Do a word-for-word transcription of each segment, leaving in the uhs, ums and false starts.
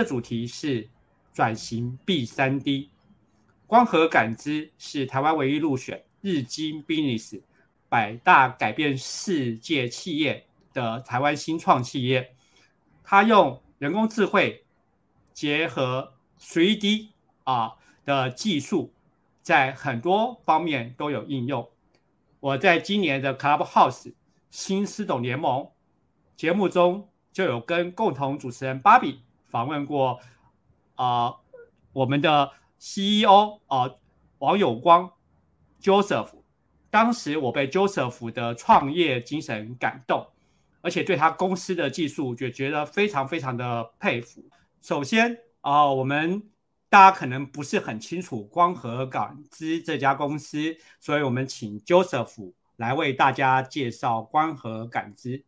的主题是转型 B 三 D， 光合感知是台湾唯一入选日经 Business 百大改变世界企业的台湾新创企业。它用人工智慧结合 三 D 啊的技术，在很多方面都有应用。我在今年的 Clubhouse 新思董联盟节目中就有跟共同主持人芭比访问过、呃、我们的 C E O、呃、王有光 Joseph。 当时我被 Joseph 的创业精神感动，而且对他公司的技术就觉得非常非常的佩服。首先、呃、我们大家可能不是很清楚光合感知这家公司，所以我们请 Joseph 来为大家介绍光合感知。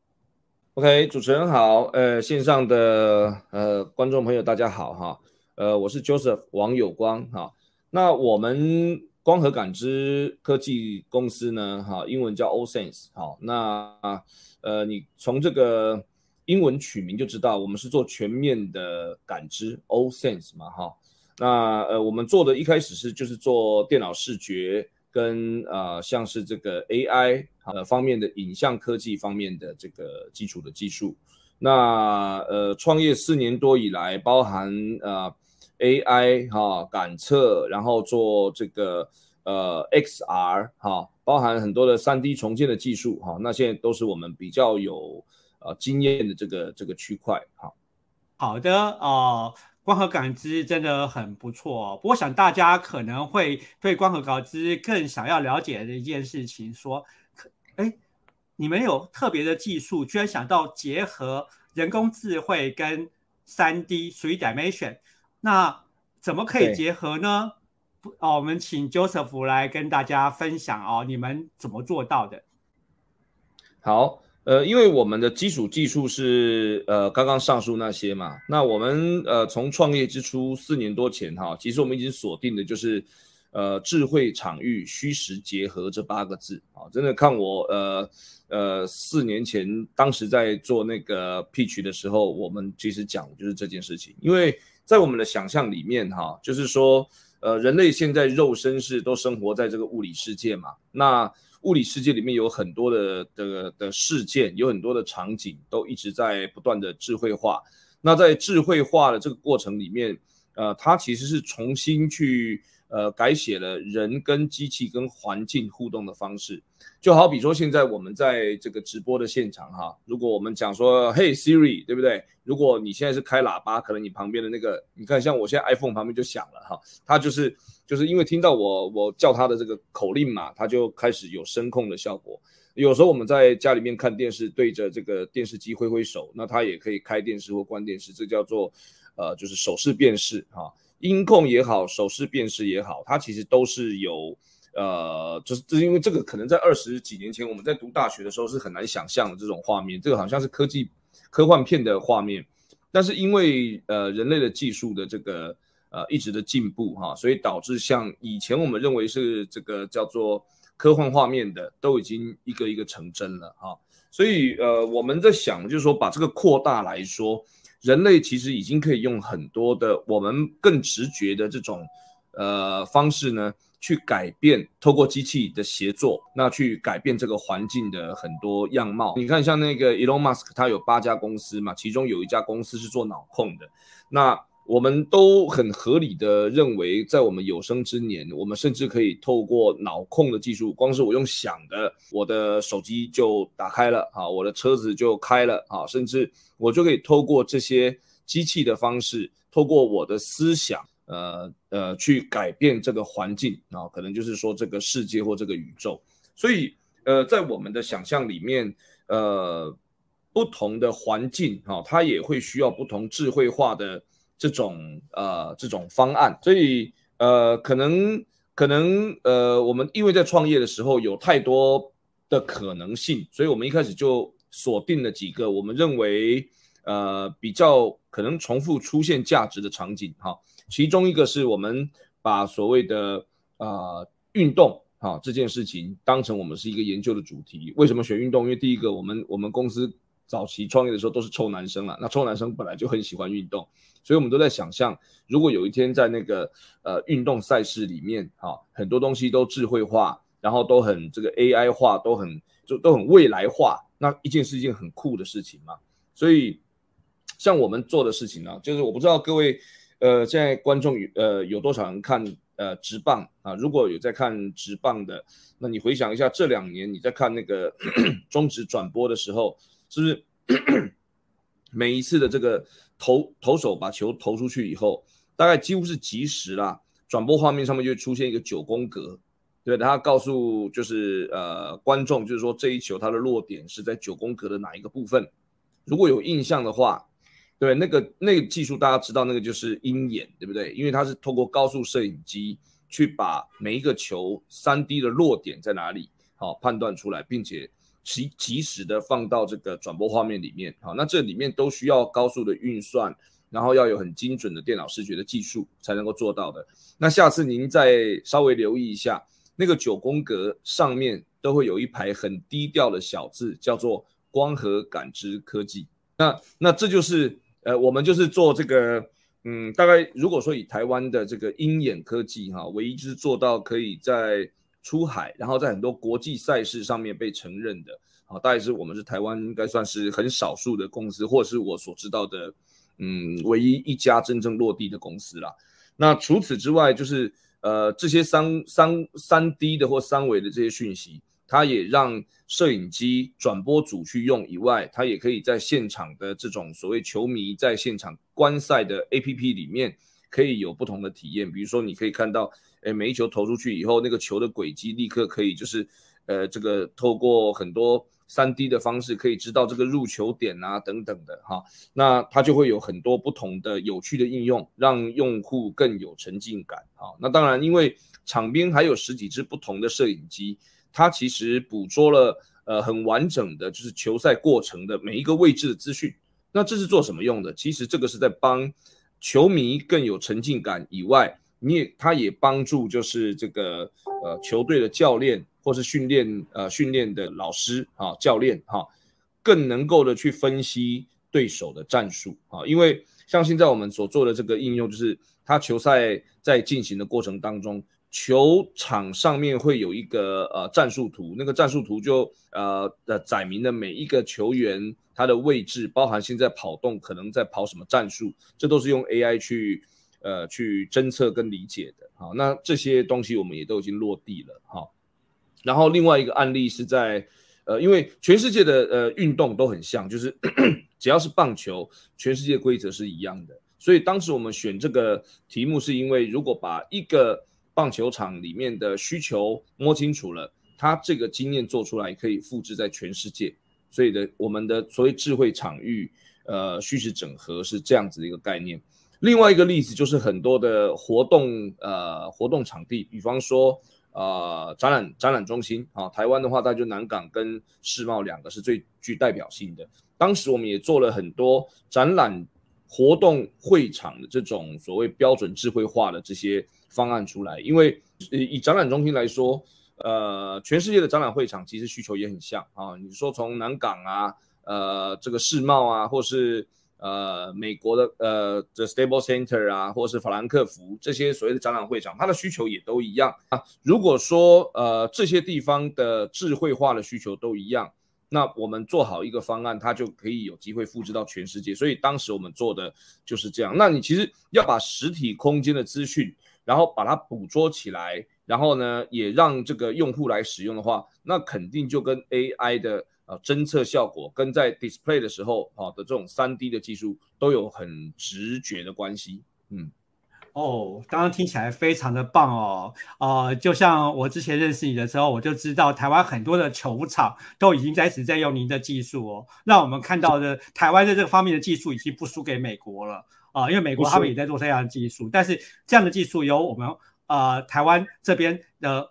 OK， 主持人好，呃，线上的呃观众朋友大家好哈，呃，我是 Joseph 王有光哈。那我们光合感知科技公司呢，哈，英文叫 Allsense， 好，那呃，你从这个英文取名就知道，我们是做全面的感知 Allsense 嘛，哈。那呃，我们做的一开始是就是做电脑视觉。跟呃像是这个 A I 呃方面的影像科技方面的这个基础的技术，那呃创业四年多以来，包含呃 A I 哈、感测，然后做这个呃 X R 哈，包含很多的 三 D 重建的技术哈，那现在都是我们比较有呃经验的这个这个区块哈。 好的，呃。光合感知真的很不错、哦，不过想大家可能会对光合感知更想要了解的一件事情，说，哎，你们有特别的技术，居然想到结合人工智慧跟 三 D three dimension， 那怎么可以结合呢？哦，我们请 Joseph 来跟大家分享哦，你们怎么做到的？ 好。呃，因为我们的基础技术是呃刚刚上述那些嘛，那我们呃从创业之初四年多前哈，其实我们已经锁定的就是呃智慧场域虚实结合这八个字啊，真的看我呃呃四年前当时在做那个 pitch 的时候，我们其实讲的就是这件事情，因为在我们的想象里面哈，就是说呃人类现在肉身是都生活在这个物理世界嘛，那物理世界里面有很多的的的事件，有很多的场景都一直在不断的智慧化。那在智慧化的这个过程里面，呃，它其实是重新去呃改写了人跟机器跟环境互动的方式。就好比说现在我们在这个直播的现场哈，如果我们讲说 Hey Siri， 对不对？如果你现在是开喇叭，可能你旁边的那个，你看像我现在 iPhone 旁边就响了哈，它就是就是因为听到我我叫它的这个口令嘛，它就开始有声控的效果。有时候我们在家里面看电视，对着这个电视机挥挥手，那它也可以开电视或关电视，这叫做呃就是手势辨识哈，音控也好，手势辨识也好，它其实都是有。呃，就是就是因为这个，可能在二十几年前我们在读大学的时候是很难想象的这种画面，这个好像是科技科幻片的画面，但是因为呃人类的技术的这个呃一直的进步哈，所以导致像以前我们认为是这个叫做科幻画面的，都已经一个一个成真了哈。所以呃我们在想就是说把这个扩大来说，人类其实已经可以用很多的我们更直觉的这种呃方式呢。去改变，透过机器的协作，那去改变这个环境的很多样貌。你看，像那个 Elon Musk， 他有八家公司嘛，其中有一家公司是做脑控的。那我们都很合理的认为，在我们有生之年，我们甚至可以透过脑控的技术，光是我用想的，我的手机就打开了啊，我的车子就开了啊，甚至我就可以透过这些机器的方式，透过我的思想。呃呃，去改变这个环境啊，可能就是说这个世界或这个宇宙，所以呃，在我们的想象里面，呃，不同的环境啊，它也会需要不同智慧化的这种呃这种方案，所以呃，可能可能呃，我们因为在创业的时候有太多的可能性，所以我们一开始就锁定了几个我们认为呃比较可能重复出现价值的场景哈。其中一个是我们把所谓的呃运动啊这件事情当成我们是一个研究的主题。为什么选运动？因为第一个，我们我们公司早期创业的时候都是臭男生啦，那臭男生本来就很喜欢运动， 所以我们都在想象，如果有一天在那个呃运动赛事里面，哈、哦，很多东西都智慧化，然后都很这个 A I 化，都很就都很未来化，那一件是一件很酷的事情嘛。所以像我们做的事情呢，就是我不知道各位呃现在观众呃有多少人看呃职棒啊？如果有在看职棒的，那你回想一下这两年你在看那个中职转播的时候，是不是每一次的这个投投手把球投出去以后，大概几乎是即时啦，转播画面上面就会出现一个九宫格。对，他告诉就是呃观众，就是说这一球它的落点是在九宫格的哪一个部分。如果有印象的话，对，那个那个技术大家知道，那个就是鹰眼，对不对？因为它是透过高速摄影机去把每一个球 三 D 的落点在哪里，好判断出来，并且及及时的放到这个转播画面里面。好，那这里面都需要高速的运算，然后要有很精准的电脑视觉的技术才能够做到的。那下次您再稍微留意一下。那个九宫格上面都会有一排很低调的小字，叫做光合感知科技。那那这就是呃，我们就是做这个，嗯，大概如果说以台湾的这个鹰眼科技哈，唯一就是做到可以在出海，然后在很多国际赛事上面被承认的，好，大概是我们是台湾应该算是很少数的公司，或者是我所知道的，嗯，唯一一家真正落地的公司啦。那除此之外，就是呃，这些三三三 D 的或三维的这些讯息，它也让摄影机转播组去用以外，它也可以在现场的这种所谓球迷在现场观赛的 A P P 里面，可以有不同的体验。比如说，你可以看到，诶，每一球投出去以后，那个球的轨迹立刻可以就是呃，这个透过很多三 D 的方式可以知道这个入球点啊等等的哈，那它就会有很多不同的有趣的应用，让用户更有沉浸感。好，那当然因为场边还有十几支不同的摄影机，它其实捕捉了呃很完整的就是球赛过程的每一个位置的资讯。那这是做什么用的？其实这个是在帮球迷更有沉浸感以外，你也它也帮助就是这个呃球队的教练或是训练呃训练的老师啊教练哈、啊，更能够的去分析对手的战术啊，因为像现在我们所做的这个应用，就是它球赛在进行的过程当中，球场上面会有一个呃战术图，那个战术图就呃呃载明了每一个球员他的位置，包含现在跑动可能在跑什么战术，这都是用 A I 去。呃，去侦测跟理解的，好，那这些东西我们也都已经落地了，好，然后另外一个案例是在，呃，因为全世界的呃运动都很像，就是咳咳只要是棒球，全世界规则是一样的，所以当时我们选这个题目是因为，如果把一个棒球场里面的需求摸清楚了，它这个经验做出来可以复制在全世界，所以的我们的所谓智慧场域，呃，虚实整合是这样子的一个概念。另外一个例子就是很多的活动，呃，活动场地，比方说，呃，展览展览中心啊，台湾的话，大概就南港跟世贸两个是最具代表性的。当时我们也做了很多展览活动会场的这种所谓标准智慧化的这些方案出来，因为以展览中心来说，呃，全世界的展览会场其实需求也很像啊。你说从南港啊，呃，这个世贸啊，或是呃，美国的呃的 Staples Center 啊，或是法兰克福这些所谓的展览会场，它的需求也都一样啊。如果说呃这些地方的智慧化的需求都一样，那我们做好一个方案，它就可以有机会复制到全世界。所以当时我们做的就是这样。那你其实要把实体空间的资讯，然后把它捕捉起来，然后呢，也让这个用户来使用的话，那肯定就跟 A I 的呃，侦测效果跟在 display 的时候、啊、的这种 三 D 的技术都有很直觉的关系。嗯， 哦，刚刚听起来非常的棒哦。呃，就像我之前认识你的时候，我就知道台湾很多的球场都已经开始在用您的技术哦，让我们看到的台湾在这个方面的技术已经不输给美国了啊、呃，因为美国他们也在做这样的技术，但是这样的技术由我们呃台湾这边的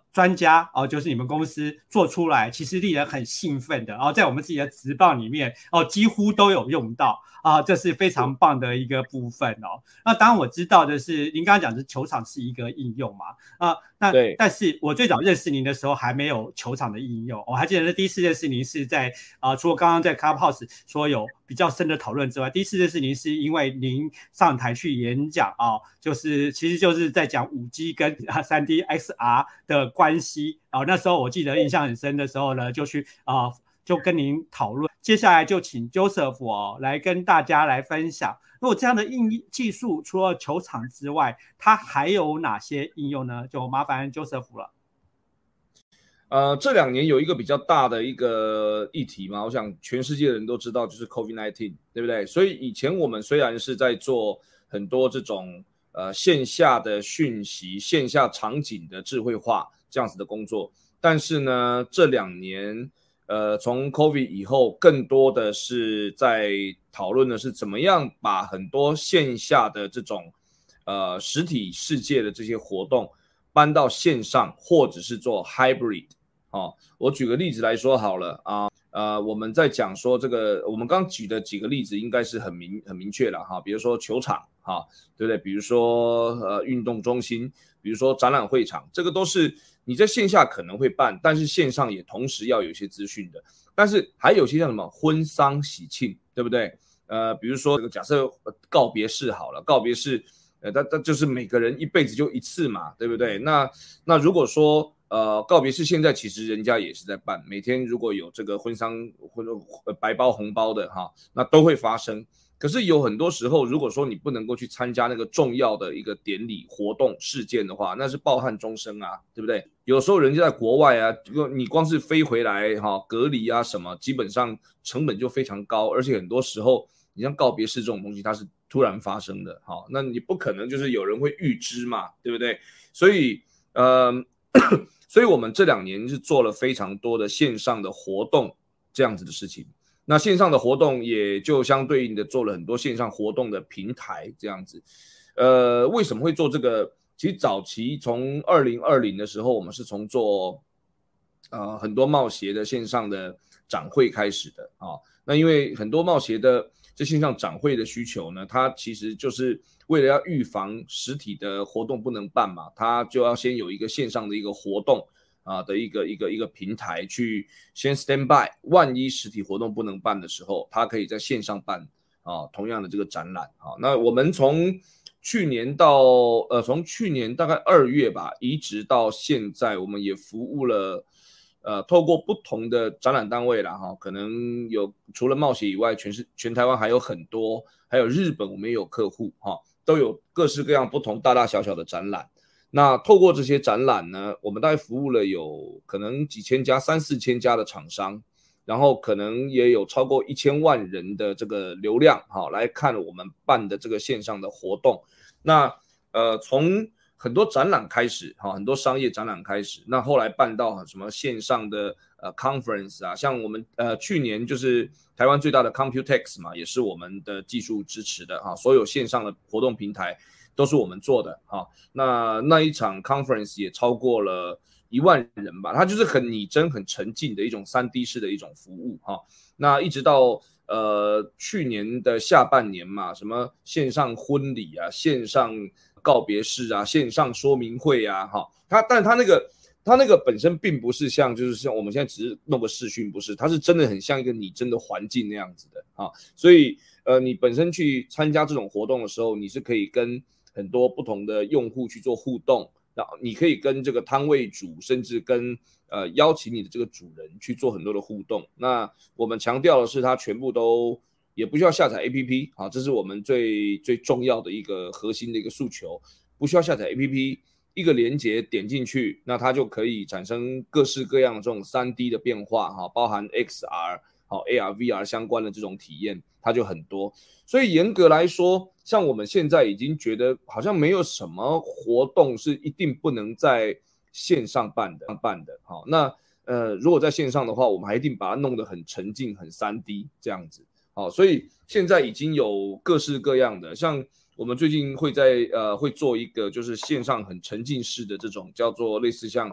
专家哦，就是你们公司做出来，其实令人很兴奋的，然后在我们自己的职棒里面哦，几乎都有用到啊，这是非常棒的一个部分哦。那当然我知道的是，您刚刚讲的球场是一个应用嘛，啊，那但是我最早认识您的时候还没有球场的应用，我还记得第一次认识您是在啊，除了刚刚在 Clubhouse 说有比较深的讨论之外，第一次认识您是因为您上台去演讲啊，就是其实就是在讲 五 G 跟 三 D X R 的关系啊，那时候我记得印象很深的时候呢，就去啊就跟您讨论。接下来就请 Joseph 哦来跟大家来分享，如果这样的应技术除了球场之外，它还有哪些应用呢？就麻烦 Joseph 了。 呃，这两年有一个比较大的一个议题嘛，我想全世界的人都知道，就是 COVID 十九， 对不对？所以以前我们虽然是在做很多这种呃线下的讯息、线下场景的智慧化这样子的工作，但是呢，这两年呃从 COVID 以后，更多的是在讨论的是怎么样把很多线下的这种呃实体世界的这些活动搬到线上，或者是做 hybrid。哦，我举个例子来说好了啊，呃，我们在讲说这个，我们刚举的几个例子应该是很明很明确了哈，比如说球场哈，对不对？比如说呃运动中心，比如说展览会场，这个都是你在线下可能会办，但是线上也同时要有一些资讯的。但是还有些像什么婚丧喜庆，对不对？呃，比如说这个假设告别式好了，告别式，呃，它它就是每个人一辈子就一次嘛，对不对？那那如果说呃，告别式现在其实人家也是在办，每天如果有这个婚丧或者白包红包的哈，那都会发生。可是有很多时候，如果说你不能够去参加那个重要的一个典礼活动事件的话，那是抱憾终生啊，对不对？有时候人家在国外啊，你光是飞回来哈，隔离啊什么，基本上成本就非常高，而且很多时候你像告别式这种东西，它是突然发生的哈，那你不可能就是有人会预知嘛，对不对？所以呃。所以我们这两年是做了非常多的线上的活动这样子的事情，那线上的活动也就相对应的做了很多线上活动的平台这样子。呃，为什么会做这个？其实早期从二零二零的时候，我们是从做呃很多贸协的线上的展会开始的啊。那因为很多贸协的这线上展会的需求呢，它其实就是为了要预防实体的活动不能办嘛，它就要先有一个线上的一个活动啊的一个一个一个平台去先 stand by， 万一实体活动不能办的时候，它可以在线上办啊同样的这个展览啊。那我们从去年到呃从去年大概二月吧，一直到现在，我们也服务了。呃，透过不同的展览单位啦，哈，可能有除了贸协以外，全是全台湾还有很多，还有日本我们也有客户哈，都有各式各样不同大大小小的展览。那透过这些展览呢，我们大概服务了有可能几千家、三四千家的厂商，然后可能也有超过一千万人的这个流量哈，来看我们办的这个线上的活动。那呃，从很多展览开始，很多商业展览开始，那后来办到什么线上的呃 conference 啊，像我们呃去年就是台湾最大的 Computex 嘛，也是我们的技术支持的哈，所有线上的活动平台都是我们做的哈。那那一场 conference 也超过了一万人吧，它就是很拟真、很沉浸的一种 三 D 式的一种服务哈。那一直到呃去年的下半年嘛，什么线上婚礼啊，线上告别式啊，线上说明会啊，哈，它但它那个它那个本身并不是像就是像我们现在只是弄个视讯，不是，它是真的很像一个拟真的环境那样子的啊，所以呃，你本身去参加这种活动的时候，你是可以跟很多不同的用户去做互动，然后你可以跟这个摊位主，甚至跟呃邀请你的这个主人去做很多的互动。那我们强调的是，它全部都。也不需要下载 A P P 啊，这是我们最最重要的一个核心的一个诉求，不需要下载 A P P， 一个连结点进去，那它就可以产生各式各样的这种 三 D 的变化哈，包含 X R 好 A R、V R 相关的这种体验，它就很多。所以严格来说，像我们现在已经觉得好像没有什么活动是一定不能在线上办的办的。好，那呃如果在线上的话，我们还一定把它弄得很沉浸、很 三 D 这样子。好，所以现在已经有各式各样的，像我们最近会在呃会做一个就是线上很沉浸式的这种叫做类似像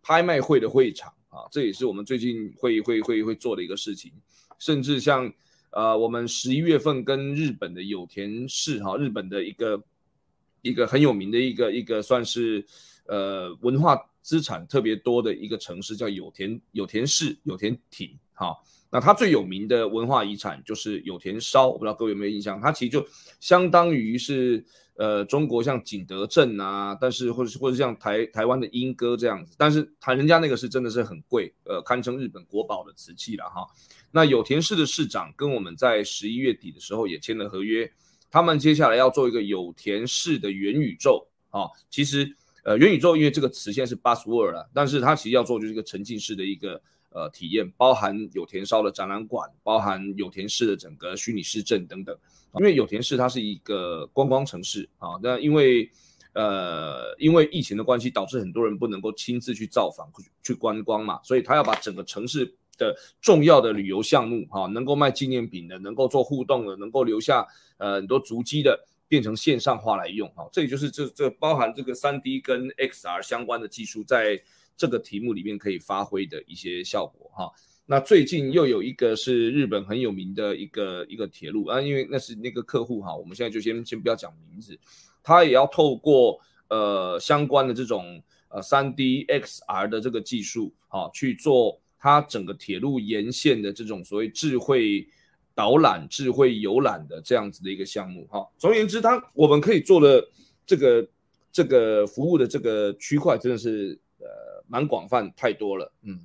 拍卖会的会场啊，这也是我们最近会会会会做的一个事情。甚至像呃，我们十一月份跟日本的有田市哈，日本的一个一个很有名的一个一个算是呃文化资产特别多的一个城市，叫有田有田市有田町哈。那它最有名的文化遗产就是有田烧，我不知道各位有没有印象？它其实就相当于是呃中国像景德镇啊，但是或者是或者像台台湾的莺歌这样子，但是他人家那个是真的是很贵，呃，堪称日本国宝的瓷器了哈。那有田市的市长跟我们在十一月底的时候也签了合约，他们接下来要做一个有田市的元宇宙啊。其实呃元宇宙因为这个词现在是 buzzword 了，但是它其实要做就是一个沉浸式的一个。呃，体验包含有田烧的展览馆，包含有田市的整个虚拟市镇等等。因为有田市它是一个观光城市啊，那因为呃因为疫情的关系，导致很多人不能够亲自去造访去观光嘛，所以他要把整个城市的重要的旅游项目哈、啊，能够卖纪念品的，能够做互动的，能够留下呃很多足迹的，变成线上化来用哈。这也就是这这包含这个 三 D 跟 X R 相关的技术在。这个题目里面可以发挥的一些效果哈。那最近又有一个是日本很有名的一个一个铁路啊，因为那是那个客户哈，我们现在就先先不要讲名字，他也要透过呃相关的这种呃 三 D X R 的这个技术哈，去做它整个铁路沿线的这种所谓智慧导览、智慧游览的这样子的一个项目哈。总而言之，它我们可以做的这个这个服务的这个区块真的是。呃，蛮广泛，太多了，嗯，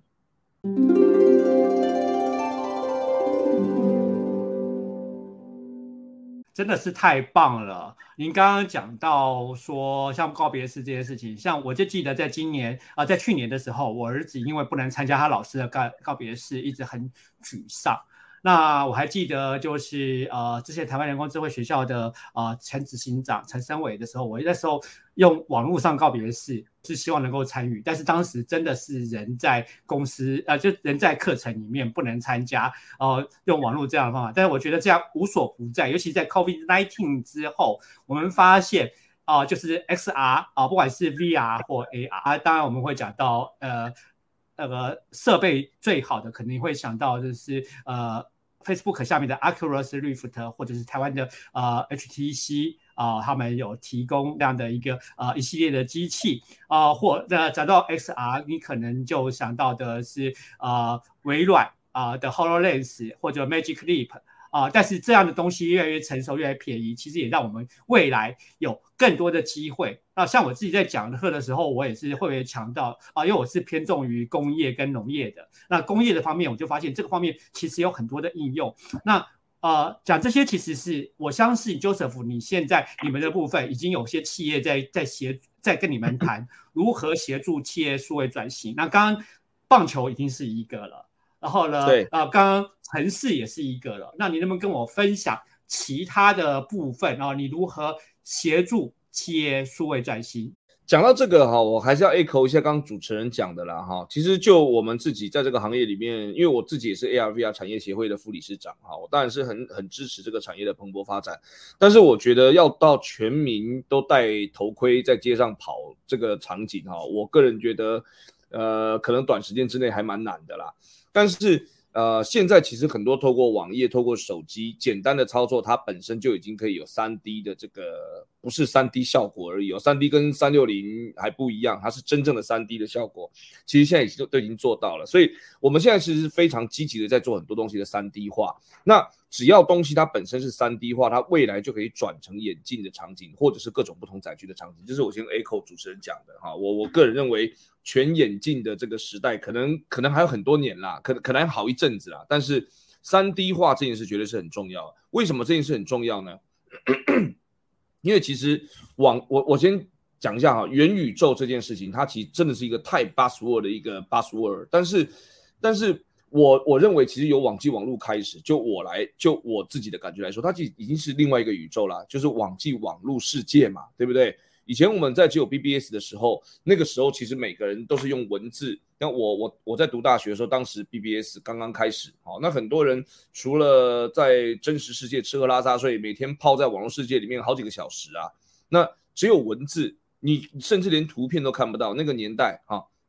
真的是太棒了！您刚刚讲到说，像告别式这件事情，像我就记得在今年啊、呃，在去年的时候，我儿子因为不能参加他老师的告告别式，一直很沮丧。那我还记得，就是呃，之前台湾人工智慧学校的呃前执行长陈升伟的时候，我那时候用网络上告别式，是希望能够参与，但是当时真的是人在公司，呃，就人在课程里面不能参加，呃，用网络这样的方法。但是我觉得这样无所不在，尤其在 COVID 十九 之后，我们发现啊、呃，就是 X R 啊、呃，不管是 V R 或 A R， 当然我们会讲到呃。那个设备最好的肯定会想到就是呃 Facebook 下面的 Oculus Rift 或者是台湾的呃 H T C 啊、呃，他们有提供这样的一个呃一系列的机器啊、呃，或呃讲到 X R， 你可能就想到的是呃微软啊、呃、的 HoloLens 或者 Magic Leap。啊、呃，但是这样的东西越来越成熟，越来越便宜，其实也让我们未来有更多的机会。那像我自己在讲课的时候，我也是会强调啊、呃，因为我是偏重于工业跟农业的。那工业的方面，我就发现这个方面其实有很多的应用。那呃，讲这些其实是我相信 Joseph， 你现在你们的部分已经有些企业在在协在跟你们谈如何协助企业数位转型。那刚刚棒球已经是一个了。然后呢，呃，刚刚城市也是一个了。那你能不能跟我分享其他的部分？然后你如何协助企业数位转型？ 讲到这个哈，我还是要 echo 一下刚刚主持人讲的啦哈。其实就我们自己在这个行业里面，因为我自己也是 A R V R 产业协会的副理事长哈，我当然是很很支持这个产业的蓬勃发展。但是我觉得要到全民都戴头盔在街上跑这个场景哈，我个人觉得呃，可能短时间之内还蛮难的啦。但是呃，现在其实很多透过网页、透过手机简单的操作，它本身就已经可以有 三 D 的这个，不是 三 D 效果而已哦 ,三 D 跟三六零还不一样，它是真正的 三 D 的效果。其实现在已经都已经做到了，所以我们现在其实是非常积极的在做很多东西的 三 D 化。那只要东西它本身是 三 D 化，它未来就可以转成眼镜的场景，或者是各种不同载具的场景。这是我先 echo 主持人讲的哈，我我个人认为全眼镜的这个时代可能可能还有很多年啦，可能可能还好一阵子啦，但是 三 D 化这件事绝对是很重要的。为什么这件事很重要呢？因为其实网我我先讲一下哈，元宇宙这件事情，它其实真的是一个太 buzzword 的一个 buzzword， 但是但是我我认为其实由网际网路开始，就我来就我自己的感觉来说，它其实已经是另外一个宇宙啦，就是网际网路世界嘛，对不对？以前我们在只有 B B S 的时候，那个时候其实每个人都是用文字。那我我我在读大学的时候，当时 B B S 刚刚开始，好，那很多人除了在真实世界吃喝拉撒睡，每天泡在网络世界里面好几个小时啊，那只有文字，你甚至连图片都看不到。那个年代啊，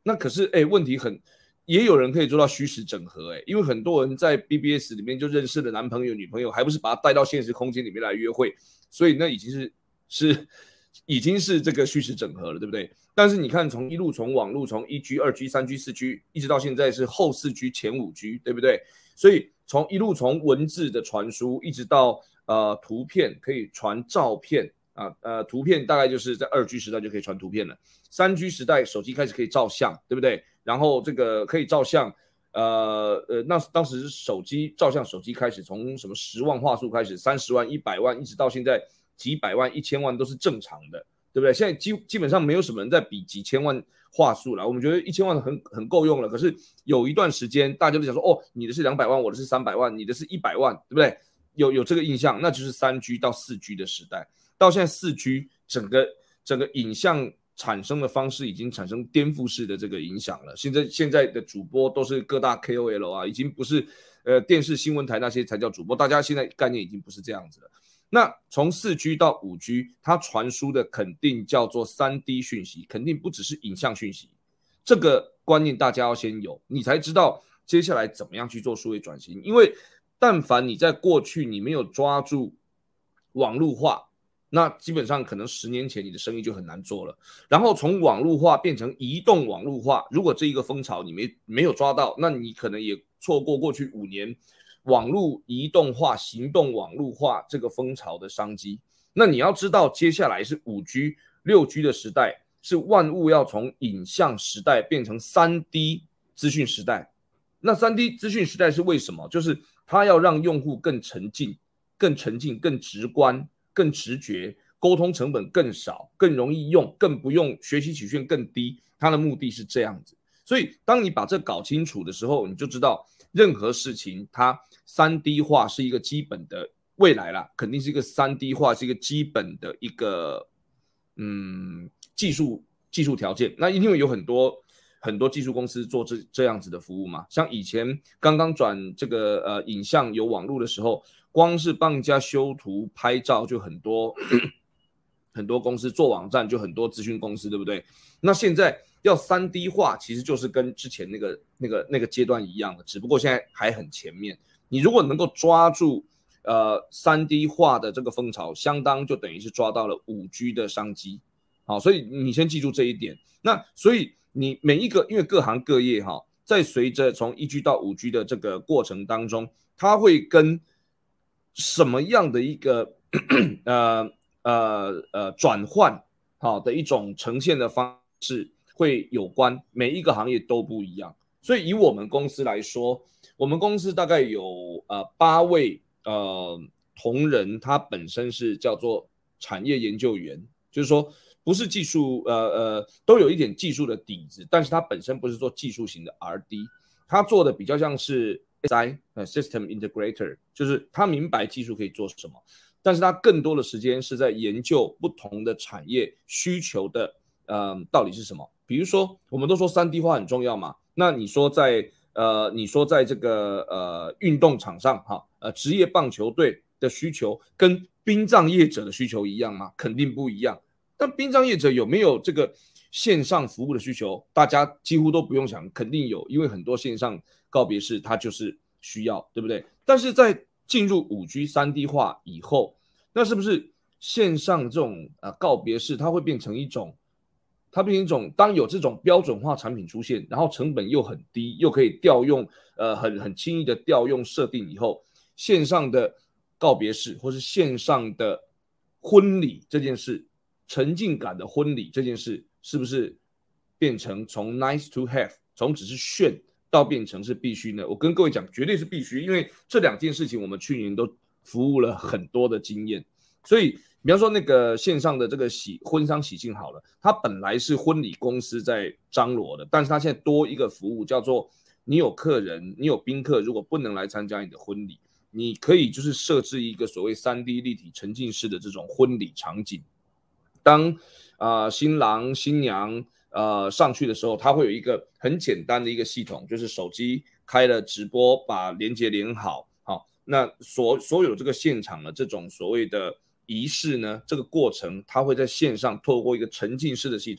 那可是哎，问题很，也有人可以做到虚实整合哎，因为很多人在 B B S 里面就认识了男朋友女朋友，还不是把他带到现实空间里面来约会，所以那已经是是已经是这个虚实整合了，对不对？但是你看，从一路从网路从一 G、二 G、三 G、四 G， 一直到现在是后四 G、前五 G， 对不对？所以从一路从文字的传输，一直到呃图片可以传照片啊，呃图片大概就是在二 G 时代就可以传图片了，三 G 时代手机开始可以照相，对不对？然后这个可以照相，呃呃，那当时手机照相手机开始从什么十万画素开始，三十万、一百万，一直到现在几百万、一千万都是正常的。对不对？现在基基本上没有什么人在比几千万画素了，我们觉得一千万很很够用了。可是有一段时间，大家都想说，哦，你的是两百万，我的是三百万，你的是一百万，对不对？有有这个印象，那就是三 G 到四 G 的时代。到现在四 G， 整个整个影像产生的方式已经产生颠覆式的这个影响了。现在现在的主播都是各大 K O L 啊，已经不是呃电视新闻台那些才叫主播，大家现在概念已经不是这样子了。那从四 G 到五 G， 它传输的肯定叫做 三 D 讯息，肯定不只是影像讯息。这个观念大家要先有，你才知道接下来怎么样去做数位转型。因为但凡你在过去你没有抓住网络化，那基本上可能十年前你的生意就很难做了。然后从网络化变成移动网络化，如果这一个风潮你 没, 没有抓到，那你可能也错过过去五年网络移动化、行动网络化这个风潮的商机。那你要知道，接下来是 五 G、六 G 的时代，是万物要从影像时代变成 三 D 资讯时代。那 三 D 资讯时代是为什么？就是它要让用户更沉浸、更沉浸、更直观、更直觉，沟通成本更少，更容易用，更不用学习曲线更低。它的目的是这样子。所以当你把这搞清楚的时候，你就知道任何事情它 三 D 化是一个基本的，未来啦，肯定是一个 三 D 化是一个基本的一个嗯技术技术条件。那因为有很多很多技术公司做这这样子的服务嘛，像以前刚刚转这个呃影像有网络的时候，光是帮人家修图拍照就很多很多公司，做网站就很多资讯公司，对不对？那现在要 三 D 化，其实就是跟之前那个那个那个阶段一样的，只不过现在还很前面。你如果能够抓住呃 三 D 化的这个风潮，相当就等于是抓到了 五 G 的商机。好，所以你先记住这一点。那所以你每一个，因为各行各业哈，在随着从 一 G 到 五 G 的这个过程当中，它会跟什么样的一个呃呃呃转换好的一种呈现的方式会有关，每一个行业都不一样。所以以我们公司来说，我们公司大概有呃八位呃同仁，他本身是叫做产业研究员，就是说不是技术呃呃都有一点技术的底子，但是他本身不是做技术型的 R D， 他做的比较像是 S I System Integrator， 就是他明白技术可以做什么，但是他更多的时间是在研究不同的产业需求的呃到底是什么。比如说我们都说 三 D 化很重要嘛，那你说在呃，你说在这个呃运动场上哈，呃职业棒球队的需求跟殡葬业者的需求一样吗？肯定不一样。但殡葬业者有没有这个线上服务的需求？大家几乎都不用想，肯定有，因为很多线上告别式它就是需要，对不对？但是在进入 五 G 三 D 化以后，那是不是线上这种呃告别式它会变成一种？它变成一种，当有这种标准化产品出现，然后成本又很低，又可以调用，呃，很很轻易的调用设定以后，线上的告别式或是线上的婚礼这件事，沉浸感的婚礼这件事，是不是变成从 nice to have， 从只是炫到变成是必须呢？我跟各位讲，绝对是必须，因为这两件事情我们去年都服务了很多的经验，所以。比方说那个线上的这个喜婚丧喜庆好了，它本来是婚礼公司在张罗的，但是它现在多一个服务叫做你有客人，你有宾客，如果不能来参加你的婚礼，你可以就是设置一个所谓 三 D 立体沉浸式的这种婚礼场景。当呃新郎新娘呃上去的时候，它会有一个很简单的一个系统，就是手机开了直播，把连接连好，好，那所所有这个现场的这种所谓的仪式呢，这个过程它会在线上透过一个沉浸式的系统，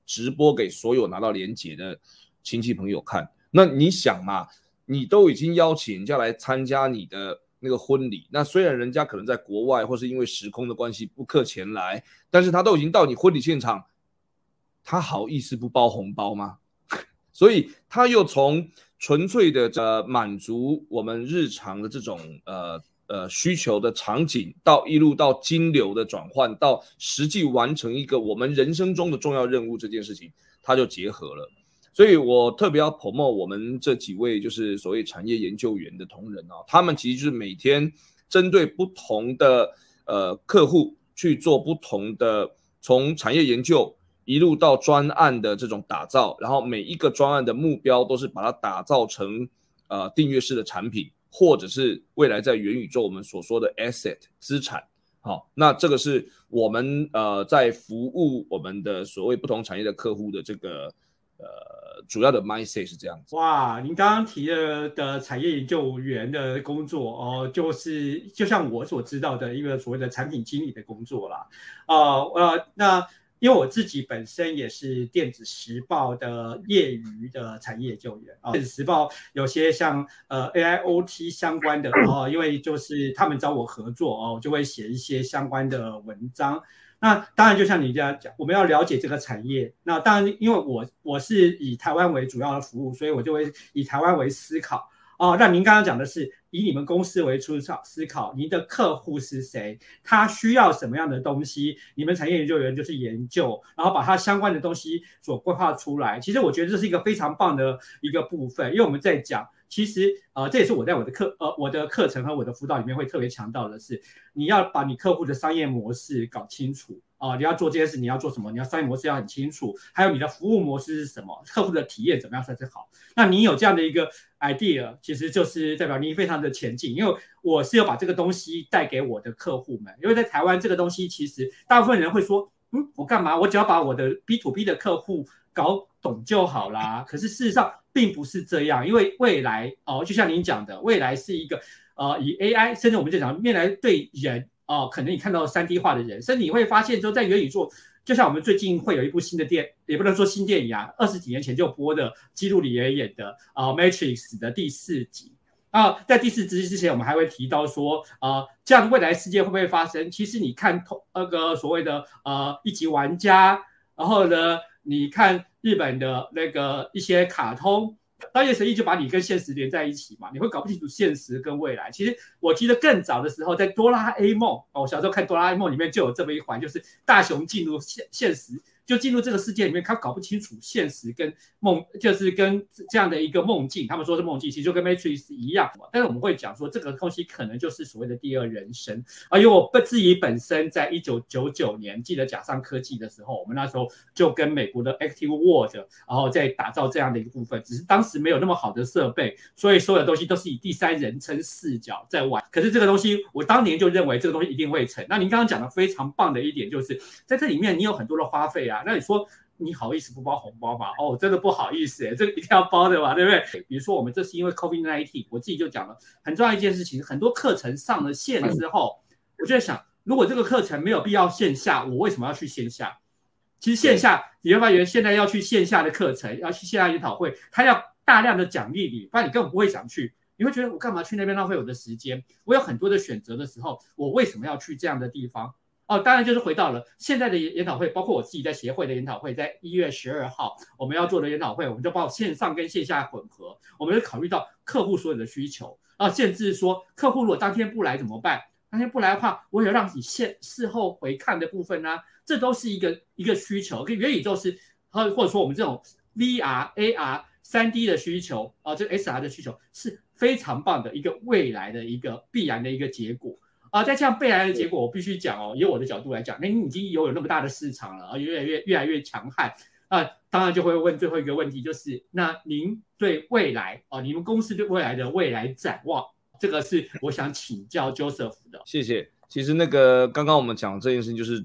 直播给所有拿到连结的亲戚朋友看。那你想嘛，你都已经邀请人家来参加你的那个婚礼，那虽然人家可能在国外或是因为时空的关系不客前来，但是他都已经到你婚礼现场，他好意思不包红包吗？所以他又从纯粹的呃满足我们日常的这种呃呃需求的场景，到一路到金流的转换，到实际完成一个我们人生中的重要任务这件事情，它就结合了。所以我特别要 promote 我们这几位就是所谓产业研究员的同仁啊，他们其实就是每天针对不同的呃客户去做不同的从产业研究一路到专案的这种打造，然后每一个专案的目标都是把它打造成呃订阅式的产品，或者是未来在元宇宙我们所说的 asset 资产。好，那这个是我们呃在服务我们的所谓不同产业的客户的这个呃主要的 mindset 是这样子。 哇，您刚刚提的的产业研究员的工作哦，就是就像我所知道的一个所谓的产品经理的工作啦。呃呃，那因为我自己本身也是电子时报的业余的产业研究员啊，电子时报有些像呃 A I O T 相关的哦，因为就是他们找我合作哦，就会写一些相关的文章。那当然，就像你这样讲，我们要了解这个产业。那当然，因为我我是以台湾为主要的服务，所以我就会以台湾为思考。哦，那您刚刚讲的是以你们公司为出思考，您的客户是谁，他需要什么样的东西，你们产业研究员就是研究，然后把他相关的东西所规划出来。其实我觉得这是一个非常棒的一个部分，因为我们在讲，其实呃这也是我在我的课呃我的课程和我的辅导里面会特别强调的是，你要把你客户的商业模式搞清楚。哦，你要做这件事，你要做什么？你要商业模式要很清楚，还有你的服务模式是什么？客户的体验怎么样才是好？那你有这样的一个 idea， 其实就是代表你非常的前进。因为我是要把这个东西带给我的客户们，因为在台湾这个东西，其实大部分人会说，嗯，我干嘛？我只要把我的 B to B 的客户搞懂就好啦。可是事实上并不是这样，因为未来哦，就像您讲的，未来是一个呃以 A I， 甚至我们就讲未来对人。哦，可能你看到三 D 化的人，甚至你会发现说，在元宇宙，就像我们最近会有一部新的电，也不能说新电影啊，二十几年前就播的基努里维演的啊、呃《Matrix》的第四集啊，在第四集之前，我们还会提到说，呃，这样未来世界会不会发生？其实你看那个所谓的呃一级玩家，然后呢，你看日本的那个一些卡通。当然，神意就把你跟现实连在一起嘛，你会搞不清楚现实跟未来。其实我记得更早的时候，在哆啦 A 梦，我小时候看哆啦 A 梦里面就有这么一环，就是大雄进入现现实，就进入这个世界里面，他搞不清楚现实跟梦，就是跟这样的一个梦境。他们说是梦境，其实就跟 Matrix 一样。但是我们会讲说，这个东西可能就是所谓的第二人生。而因为我自己本身在一九九九年记得甲上科技的时候，我们那时候就跟美国的 Active World， 然后在打造这样的一个部分，只是当时没有那么好的设备，所以所有的东西都是以第三人称视角在玩。可是这个东西，我当年就认为这个东西一定会成。那您刚刚讲的非常棒的一点，就是在这里面你有很多的花费啊。那你说你好意思不包红包吗？哦，真的不好意思，这个一定要包的嘛，对不对？比如说我们这是因为 COVID 十九， 我自己就讲了很重要一件事情，很多课程上了线之后，我就在想，如果这个课程没有必要线下，我为什么要去线下？其实线下你会发现，现在要去线下的课程，要去线下研讨会，它要大量的奖励你，不然你根本不会想去。你会觉得我干嘛去那边浪费我的时间？我有很多的选择的时候，我为什么要去这样的地方？哦，当然就是回到了现在的研讨会，包括我自己在协会的研讨会，在一月十二号我们要做的研讨会，我们就包括线上跟线下混合，我们就考虑到客户所有的需求啊，甚至说客户如果当天不来怎么办？当天不来的话，我有让你现事后回看的部分啊，这都是一个一个需求。跟元宇宙是，或者说我们这种 V R、A R、三 D 的需求啊，这 S R 的需求是非常棒的一个未来的一个必然的一个结果。啊，在这样必然的结果，我必须讲哦，以我的角度来讲，那你已经有有那么大的市场了，啊，越来越越来越强悍，啊，当然就会问最后一个问题，就是那您对未来啊，你们公司对未来的未来展望，这个是我想请教 Joseph 的。 谢谢。其实那个刚刚我们讲这件事情，就是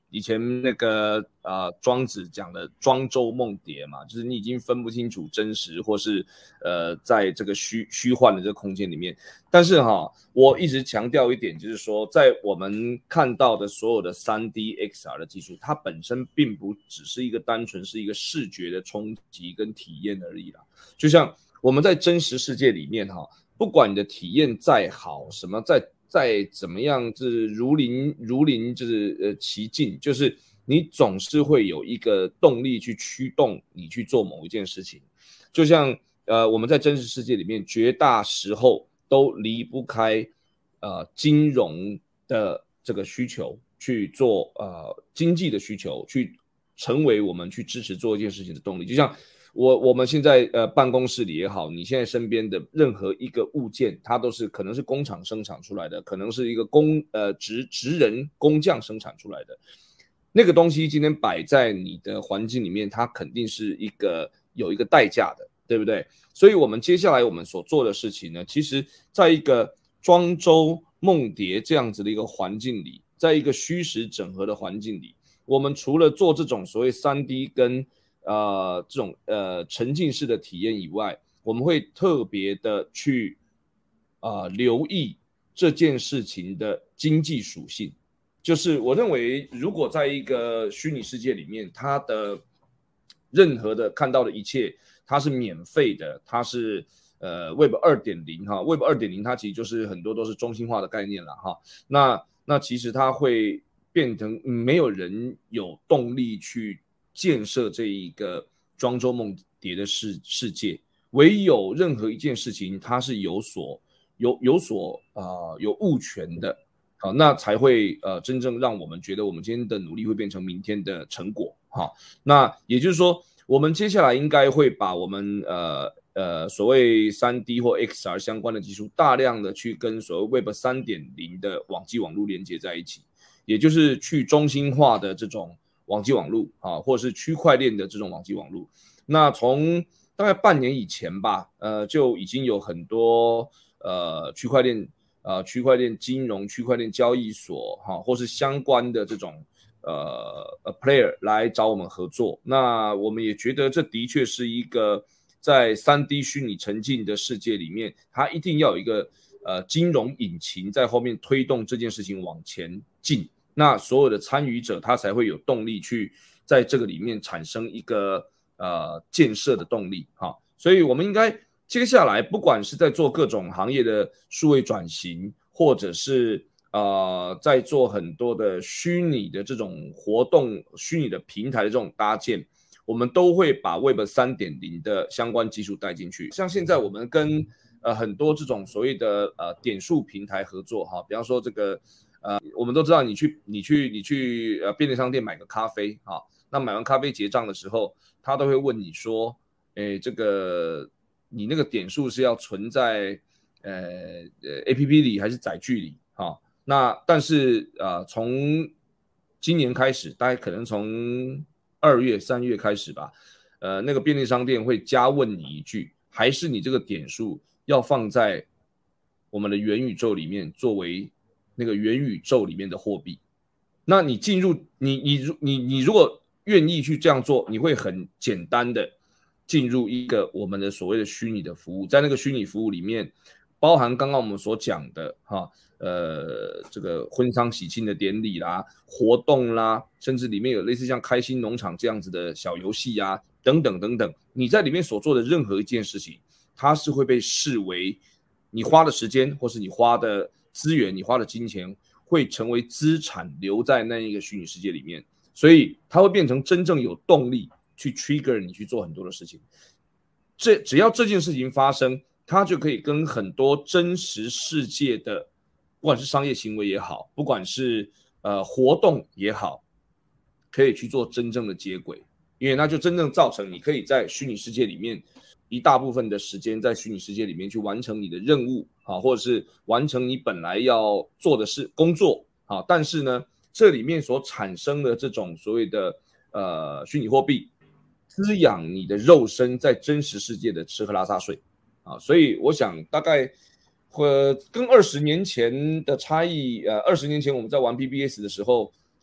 以前那个呃庄子讲的庄周梦蝶嘛，就是你已经分不清楚真实或是呃在这个虚虚幻的这个空间里面。但是哈，我一直强调一点，就是说在我们看到的所有的 三 D X R 的技术，它本身并不只是一个单纯是一个视觉的冲击跟体验而已啦。就像我们在真实世界里面哈，不管你的体验再好，什么再再怎么样，就是如临如临，就是呃其境，就是你总是会有一个动力去驱动你去做某一件事情。就像呃我们在真实世界里面，绝大时候都离不开呃金融的这个需求去做呃经济的需求，去成为我们去支持做一件事情的动力。就像我我们现在呃办公室里也好，你现在身边的任何一个物件，它都是可能是工厂生产出来的，可能是一个工呃职职人工匠生产出来的。那个东西今天摆在你的环境里面，它肯定是一个有一个代价的，对不对？所以我们接下来我们所做的事情呢，其实在一个庄周梦蝶这样子的一个环境里，在一个虚实整合的环境里，我们除了做这种所谓 三 D 跟呃，这种呃沉浸式的体验以外，我们会特别的去呃留意这件事情的经济属性。就是我认为，如果在一个虚拟世界里面，它的任何的看到的一切，它是免费的，它是呃 Web 二点零 哈 ，Web 二点零 它其实就是很多都是中心化的概念了哈。那那其实它会变成没有人有动力去建设这一个庄周梦蝶的 世, 世界，唯有任何一件事情它是有所有有所呃有物权的，好，那才会呃真正让我们觉得我们今天的努力会变成明天的成果。好，那也就是说，我们接下来应该会把我们呃呃所谓 三 D 或 X R 相关的技术，大量的去跟所谓 Web 三点零 的网际网络连接在一起，也就是去中心化的这种网际网络啊，或者是区块链的这种网际网络。那从大概半年以前吧，呃，就已经有很多呃区块链、呃区块链金融、区块链交易所哈、啊，或是相关的这种呃 player 来找我们合作。那我们也觉得这的确是一个在 三 D 虚拟沉浸的世界里面，它一定要有一个呃金融引擎在后面推动这件事情往前进。那所有的参与者他才会有动力去在这个里面产生一个呃建设的动力哈。所以我们应该接下来不管是在做各种行业的数位转型，或者是呃在做很多的虚拟的这种活动、虚拟的平台的这种搭建，我们都会把 Web 三点零 的相关技术带进去。像现在我们跟呃很多这种所谓的呃点数平台合作哈，比方说这个呃，我们都知道你去你去你去呃便利商店买个咖啡啊，那买完咖啡结账的时候，他都会问你说，诶，这个你那个点数是要存在呃呃 A P P 里还是载具里啊？那但是呃从今年开始，大概可能从二月三月开始吧，呃那个便利商店会加问你一句，还是你这个点数要放在我们的元宇宙里面作为那个元宇宙里面的货币。那你进入你你你你如果愿意去这样做，你会很简单的进入一个我们的所谓的虚拟的服务，在那个虚拟服务里面，包含刚刚我们所讲的哈，呃，这个婚丧喜庆的典礼啦、活动啦，甚至里面有类似像开心农场这样子的小游戏啊，等等等等，你在里面所做的任何一件事情，它是会被视为你花的时间，或是你花的资源、你花的金钱，会成为资产留在那一个虚拟世界里面，所以它会变成真正有动力去 trigger 你去做很多的事情。这只要这件事情发生，它就可以跟很多真实世界的，不管是商业行为也好，不管是呃活动也好，可以去做真正的接轨，因为那就真正造成你可以在虚拟世界里面一大部分的时间在虚拟世界里面去完成你的任务啊，或者是完成你本来要做的事工作啊。但是呢，这里面所产生的这种所谓的呃虚拟货币，滋养你的肉身在真实世界的吃喝拉撒睡啊。所以我想大概呃跟二十年前的差异，呃二十年前我们在玩 B B S 的时候，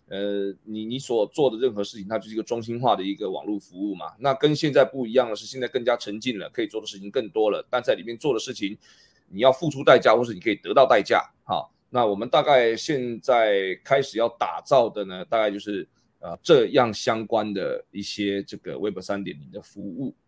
呃，你你所做的任何事情，它就是一个中心化的一个网络服务嘛。那跟现在不一样的是，现在更加沉浸了，可以做的事情更多了，但在里面做的事情，你要付出代价，或是你可以得到代价。好，那我们大概现在开始要打造的呢，大概就是呃这样相关的一些这个 Web 三点零 的服务。